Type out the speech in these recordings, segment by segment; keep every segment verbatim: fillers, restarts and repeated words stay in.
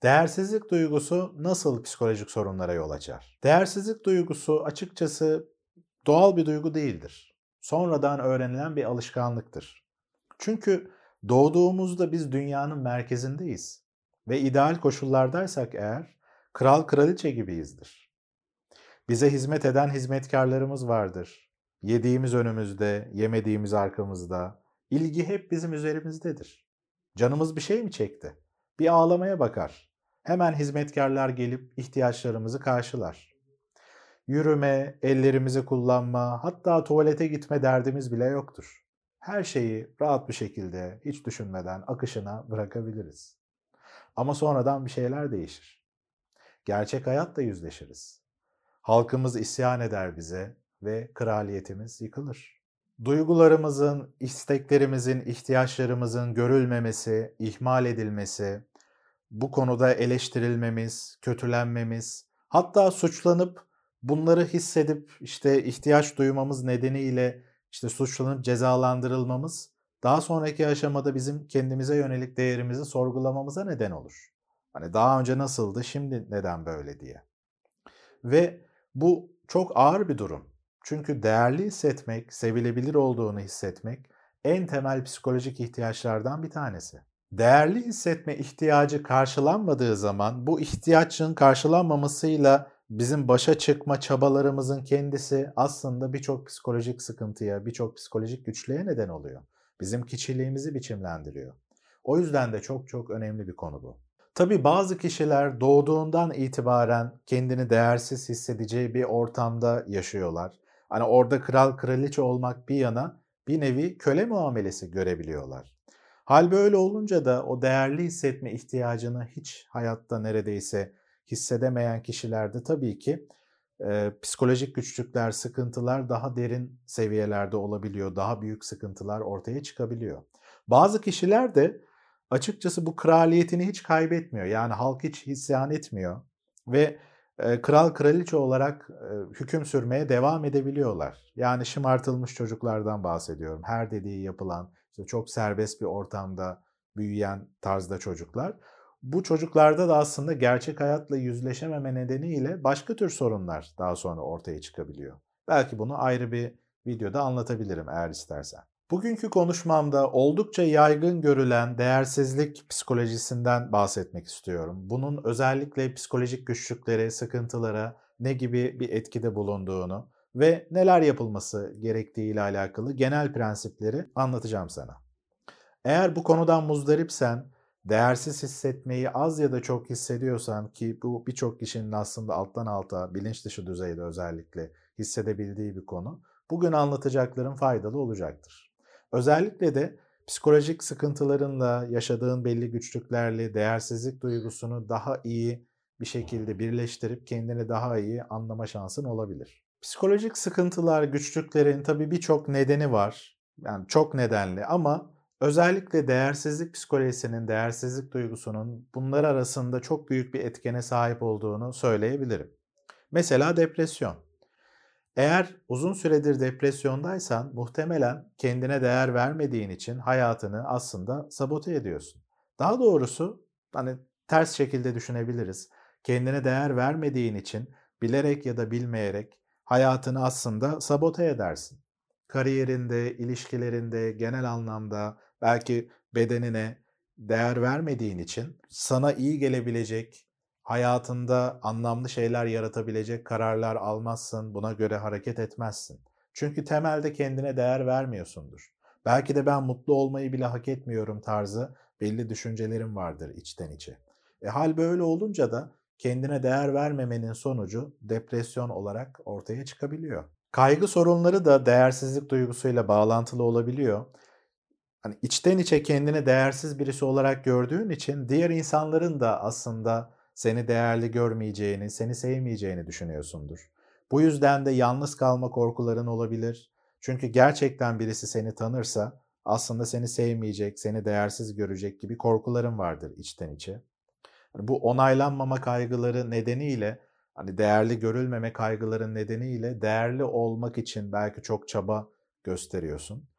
Değersizlik duygusu nasıl psikolojik sorunlara yol açar? Değersizlik duygusu açıkçası doğal bir duygu değildir. Sonradan öğrenilen bir alışkanlıktır. Çünkü doğduğumuzda biz dünyanın merkezindeyiz ve ideal koşullardaysak eğer kral kraliçe gibiyizdir. Bize hizmet eden hizmetkarlarımız vardır. Yediğimiz önümüzde, yemediğimiz arkamızda. İlgi hep bizim üzerimizdedir. Canımız bir şey mi çekti? Bir ağlamaya bakar. Hemen hizmetkarlar gelip ihtiyaçlarımızı karşılar. Yürüme, ellerimizi kullanma, hatta tuvalete gitme derdimiz bile yoktur. Her şeyi rahat bir şekilde, hiç düşünmeden akışına bırakabiliriz. Ama sonradan bir şeyler değişir. Gerçek hayatla yüzleşiriz. Halkımız isyan eder bize ve kraliyetimiz yıkılır. Duygularımızın, isteklerimizin, ihtiyaçlarımızın görülmemesi, ihmal edilmesi, bu konuda eleştirilmemiz, kötülenmemiz, hatta suçlanıp bunları hissedip işte ihtiyaç duymamız nedeniyle işte suçlanıp cezalandırılmamız daha sonraki aşamada bizim kendimize yönelik değerimizi sorgulamamıza neden olur. Hani daha önce nasıldı, şimdi neden böyle diye. Ve bu çok ağır bir durum. Çünkü değerli hissetmek, sevilebilir olduğunu hissetmek en temel psikolojik ihtiyaçlardan bir tanesi. Değerli hissetme ihtiyacı karşılanmadığı zaman bu ihtiyacın karşılanmamasıyla bizim başa çıkma çabalarımızın kendisi aslında birçok psikolojik sıkıntıya, birçok psikolojik güçlüğe neden oluyor. Bizim kişiliğimizi biçimlendiriyor. O yüzden de çok çok önemli bir konu bu. Tabii bazı kişiler doğduğundan itibaren kendini değersiz hissedeceği bir ortamda yaşıyorlar. Hani orada kral kraliçe olmak bir yana bir nevi köle muamelesi görebiliyorlar. Hal böyle olunca da o değerli hissetme ihtiyacını hiç hayatta neredeyse hissedemeyen kişilerde tabii ki e, psikolojik güçlükler, sıkıntılar daha derin seviyelerde olabiliyor. Daha büyük sıkıntılar ortaya çıkabiliyor. Bazı kişiler de açıkçası bu kraliyetini hiç kaybetmiyor. Yani halk hiç isyan etmiyor ve e, kral kraliçe olarak e, hüküm sürmeye devam edebiliyorlar. Yani şımartılmış çocuklardan bahsediyorum. Her dediği yapılan, işte çok serbest bir ortamda büyüyen tarzda çocuklar. Bu çocuklarda da aslında gerçek hayatla yüzleşememe nedeniyle başka tür sorunlar daha sonra ortaya çıkabiliyor. Belki bunu ayrı bir videoda anlatabilirim eğer istersen. Bugünkü konuşmamda oldukça yaygın görülen değersizlik psikolojisinden bahsetmek istiyorum. Bunun özellikle psikolojik güçlüklere, sıkıntılara ne gibi bir etkide bulunduğunu ve neler yapılması gerektiği ile alakalı genel prensipleri anlatacağım sana. Eğer bu konudan muzdaripsen, değersiz hissetmeyi az ya da çok hissediyorsan ki bu birçok kişinin aslında alttan alta, bilinç dışı düzeyde özellikle hissedebildiği bir konu, bugün anlatacaklarım faydalı olacaktır. Özellikle de psikolojik sıkıntılarınla, yaşadığın belli güçlüklerle değersizlik duygusunu daha iyi bir şekilde birleştirip kendini daha iyi anlama şansın olabilir. Psikolojik sıkıntılar, güçlüklerin tabii birçok nedeni var. Yani çok nedenli ama özellikle değersizlik psikolojisinin, değersizlik duygusunun bunlar arasında çok büyük bir etkene sahip olduğunu söyleyebilirim. Mesela depresyon. Eğer uzun süredir depresyondaysan muhtemelen kendine değer vermediğin için hayatını aslında sabote ediyorsun. Daha doğrusu hani ters şekilde düşünebiliriz. Kendine değer vermediğin için bilerek ya da bilmeyerek hayatını aslında sabote edersin. Kariyerinde, ilişkilerinde, genel anlamda belki bedenine değer vermediğin için sana iyi gelebilecek, hayatında anlamlı şeyler yaratabilecek kararlar almazsın, buna göre hareket etmezsin. Çünkü temelde kendine değer vermiyorsundur. Belki de ben mutlu olmayı bile hak etmiyorum tarzı belli düşüncelerim vardır içten içe. E hal böyle olunca da kendine değer vermemenin sonucu depresyon olarak ortaya çıkabiliyor. Kaygı sorunları da değersizlik duygusuyla bağlantılı olabiliyor. Hani içten içe kendini değersiz birisi olarak gördüğün için diğer insanların da aslında seni değerli görmeyeceğini, seni sevmeyeceğini düşünüyorsundur. Bu yüzden de yalnız kalma korkuların olabilir. Çünkü gerçekten birisi seni tanırsa aslında seni sevmeyecek, seni değersiz görecek gibi korkuların vardır içten içe. Hani bu onaylanmama kaygıları nedeniyle, hani değerli görülmeme kaygıların nedeniyle değerli olmak için belki çok çaba gösteriyorsun.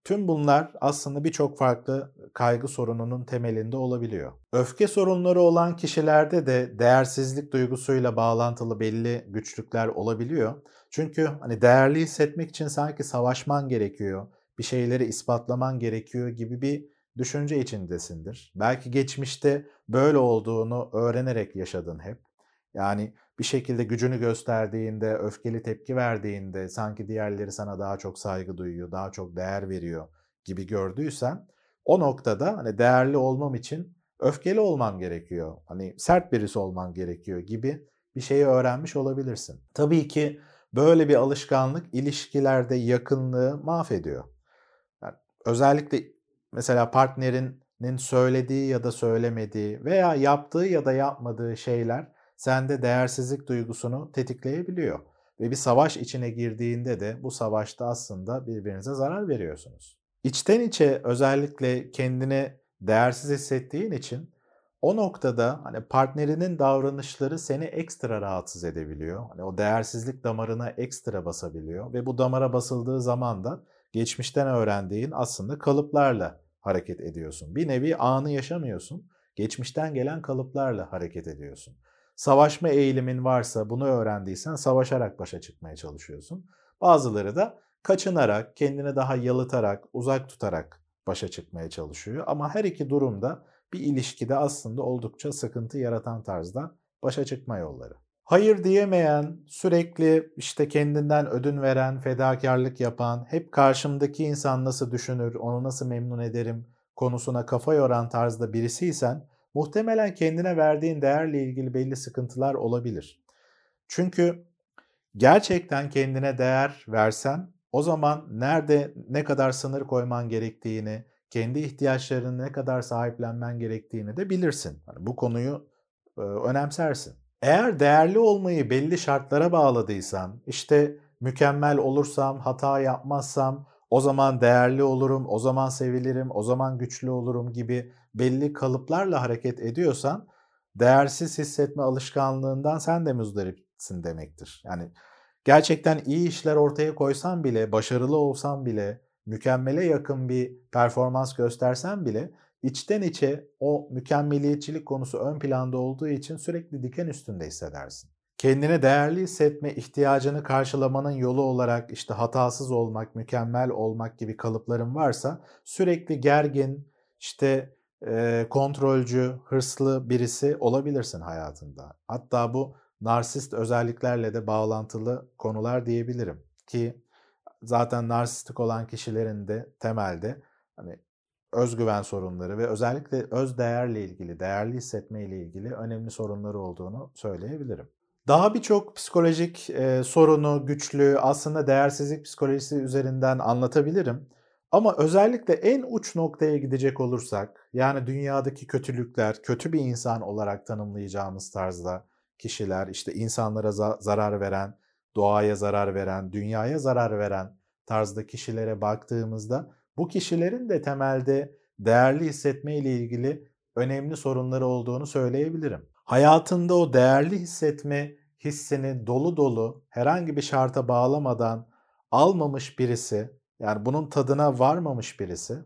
Tüm bunlar aslında birçok farklı kaygı sorununun temelinde olabiliyor. Öfke sorunları olan kişilerde de değersizlik duygusuyla bağlantılı belli güçlükler olabiliyor. Çünkü hani değerli hissetmek için sanki savaşman gerekiyor, bir şeyleri ispatlaman gerekiyor gibi bir düşünce içindesindir. Belki geçmişte böyle olduğunu öğrenerek yaşadın hep. Yani bir şekilde gücünü gösterdiğinde, öfkeli tepki verdiğinde sanki diğerleri sana daha çok saygı duyuyor, daha çok değer veriyor gibi gördüysen o noktada hani değerli olmam için öfkeli olmam gerekiyor. Hani sert birisi olman gerekiyor gibi bir şeyi öğrenmiş olabilirsin. Tabii ki böyle bir alışkanlık ilişkilerde yakınlığı mahvediyor. Yani özellikle mesela partnerinin söylediği ya da söylemediği veya yaptığı ya da yapmadığı şeyler sende değersizlik duygusunu tetikleyebiliyor. Ve bir savaş içine girdiğinde de bu savaşta aslında birbirinize zarar veriyorsunuz. İçten içe özellikle kendini değersiz hissettiğin için o noktada hani partnerinin davranışları seni ekstra rahatsız edebiliyor. Hani o değersizlik damarına ekstra basabiliyor ve bu damara basıldığı zaman da geçmişten öğrendiğin aslında kalıplarla hareket ediyorsun. Bir nevi anı yaşamıyorsun. Geçmişten gelen kalıplarla hareket ediyorsun. Savaşma eğilimin varsa bunu öğrendiysen savaşarak başa çıkmaya çalışıyorsun. Bazıları da kaçınarak, kendini daha yalıtarak, uzak tutarak başa çıkmaya çalışıyor. Ama her iki durumda bir ilişkide aslında oldukça sıkıntı yaratan tarzda başa çıkma yolları. Hayır diyemeyen, sürekli işte kendinden ödün veren, fedakarlık yapan, hep karşımdaki insan nasıl düşünür, onu nasıl memnun ederim konusuna kafa yoran tarzda birisiysen muhtemelen kendine verdiğin değerle ilgili belli sıkıntılar olabilir. Çünkü gerçekten kendine değer versen o zaman nerede ne kadar sınır koyman gerektiğini, kendi ihtiyaçlarını ne kadar sahiplenmen gerektiğini de bilirsin. Yani bu konuyu e, önemsersin. Eğer değerli olmayı belli şartlara bağladıysan, işte mükemmel olursam, hata yapmazsam o zaman değerli olurum, o zaman sevilirim, o zaman güçlü olurum gibi belli kalıplarla hareket ediyorsan, değersiz hissetme alışkanlığından sen de muzdaripsin demektir. Yani gerçekten iyi işler ortaya koysan bile, başarılı olsan bile, mükemmele yakın bir performans göstersen bile içten içe o mükemmeliyetçilik konusu ön planda olduğu için sürekli diken üstünde hissedersin. Kendini değerli hissetme ihtiyacını karşılamanın yolu olarak işte hatasız olmak, mükemmel olmak gibi kalıpların varsa sürekli gergin, işte e, kontrolcü, hırslı birisi olabilirsin hayatında. Hatta bu narsist özelliklerle de bağlantılı konular diyebilirim ki zaten narsistik olan kişilerin de temelde hani özgüven sorunları ve özellikle öz değerle ilgili, değerli hissetme ile ilgili önemli sorunları olduğunu söyleyebilirim. Daha birçok psikolojik e, sorunu, güçlüğü aslında değersizlik psikolojisi üzerinden anlatabilirim. Ama özellikle en uç noktaya gidecek olursak, yani dünyadaki kötülükler, kötü bir insan olarak tanımlayacağımız tarzda kişiler, işte insanlara za- zarar veren, doğaya zarar veren, dünyaya zarar veren tarzda kişilere baktığımızda bu kişilerin de temelde değerli hissetme ile ilgili önemli sorunları olduğunu söyleyebilirim. Hayatında o değerli hissetme hissini dolu dolu herhangi bir şarta bağlamadan almamış birisi, yani bunun tadına varmamış birisi,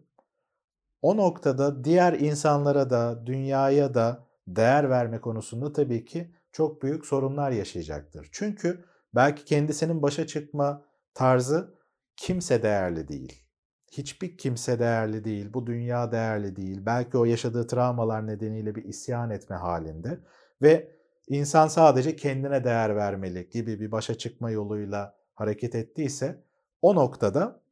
o noktada diğer insanlara da, dünyaya da değer verme konusunda tabii ki çok büyük sorunlar yaşayacaktır. Çünkü belki kendisinin başa çıkma tarzı kimse değerli değil. Hiçbir kimse değerli değil, bu dünya değerli değil. Belki o yaşadığı travmalar nedeniyle bir isyan etme halinde ve insan sadece kendine değer vermeli gibi bir başa çıkma yoluyla hareket ettiyse o noktada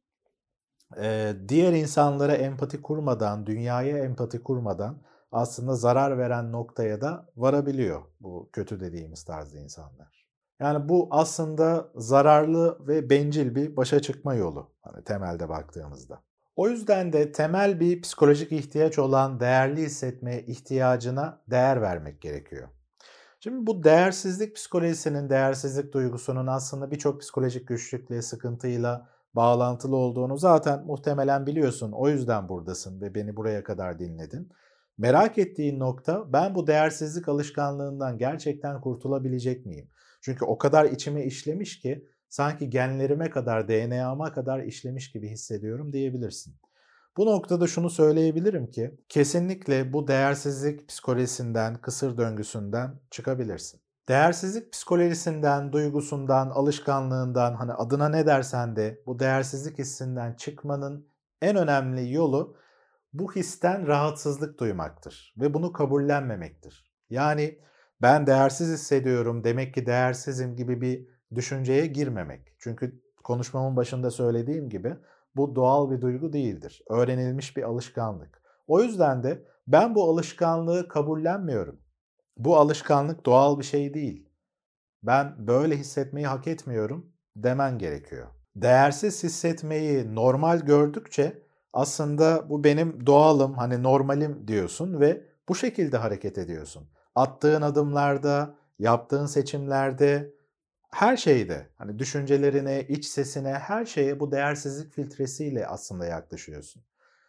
Eee, diğer insanlara empati kurmadan, dünyaya empati kurmadan aslında zarar veren noktaya da varabiliyor bu kötü dediğimiz tarzda insanlar. Yani bu aslında zararlı ve bencil bir başa çıkma yolu hani temelde baktığımızda. O yüzden de temel bir psikolojik ihtiyaç olan değerli hissetme ihtiyacına değer vermek gerekiyor. Şimdi bu değersizlik psikolojisinin, değersizlik duygusunun aslında birçok psikolojik güçlükle, sıkıntıyla bağlantılı olduğunu zaten muhtemelen biliyorsun. O yüzden buradasın ve beni buraya kadar dinledin. Merak ettiğin nokta ben bu değersizlik alışkanlığından gerçekten kurtulabilecek miyim? Çünkü o kadar içime işlemiş ki sanki genlerime kadar, D N A'ma kadar işlemiş gibi hissediyorum diyebilirsin. Bu noktada şunu söyleyebilirim ki kesinlikle bu değersizlik psikolojisinden, kısır döngüsünden çıkabilirsin. Değersizlik psikolojisinden, duygusundan, alışkanlığından, hani adına ne dersen de bu değersizlik hissinden çıkmanın en önemli yolu bu histen rahatsızlık duymaktır ve bunu kabullenmemektir. Yani ben değersiz hissediyorum, demek ki değersizim gibi bir düşünceye girmemek. Çünkü konuşmamın başında söylediğim gibi bu doğal bir duygu değildir. Öğrenilmiş bir alışkanlık. O yüzden de ben bu alışkanlığı kabullenmiyorum. Bu alışkanlık doğal bir şey değil. Ben böyle hissetmeyi hak etmiyorum demen gerekiyor. Değersiz hissetmeyi normal gördükçe aslında bu benim doğalım, hani normalim diyorsun ve bu şekilde hareket ediyorsun. Attığın adımlarda, yaptığın seçimlerde, her şeyde, hani düşüncelerine, iç sesine, her şeye bu değersizlik filtresiyle aslında yaklaşıyorsun.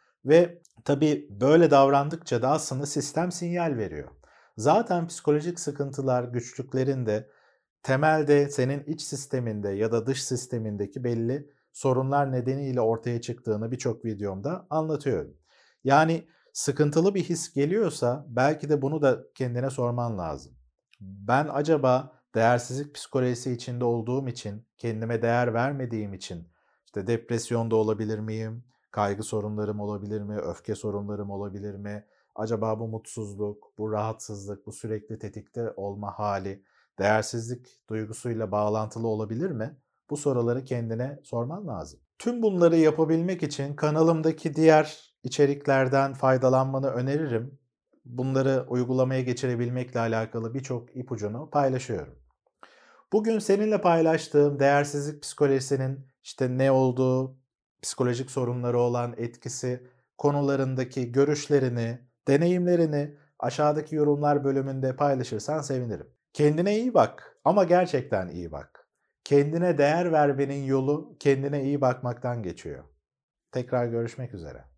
Ve tabii böyle davrandıkça da aslında sistem sinyal veriyor. Zaten psikolojik sıkıntılar, güçlüklerin de temelde senin iç sisteminde ya da dış sistemindeki belli sorunlar nedeniyle ortaya çıktığını birçok videomda anlatıyorum. Yani sıkıntılı bir his geliyorsa belki de bunu da kendine sorman lazım. Ben acaba değersizlik psikolojisi içinde olduğum için, kendime değer vermediğim için işte depresyonda olabilir miyim? Kaygı sorunlarım olabilir mi? Öfke sorunlarım olabilir mi? Acaba bu mutsuzluk, bu rahatsızlık, bu sürekli tetikte olma hali değersizlik duygusuyla bağlantılı olabilir mi? Bu soruları kendine sorman lazım. Tüm bunları yapabilmek için kanalımdaki diğer içeriklerden faydalanmanı öneririm. Bunları uygulamaya geçirebilmekle alakalı birçok ipucunu paylaşıyorum. Bugün seninle paylaştığım değersizlik psikolojisinin işte ne olduğu, psikolojik sorunları olan etkisi konularındaki görüşlerini, deneyimlerini aşağıdaki yorumlar bölümünde paylaşırsan sevinirim. Kendine iyi bak ama gerçekten iyi bak. Kendine değer vermenin yolu kendine iyi bakmaktan geçiyor. Tekrar görüşmek üzere.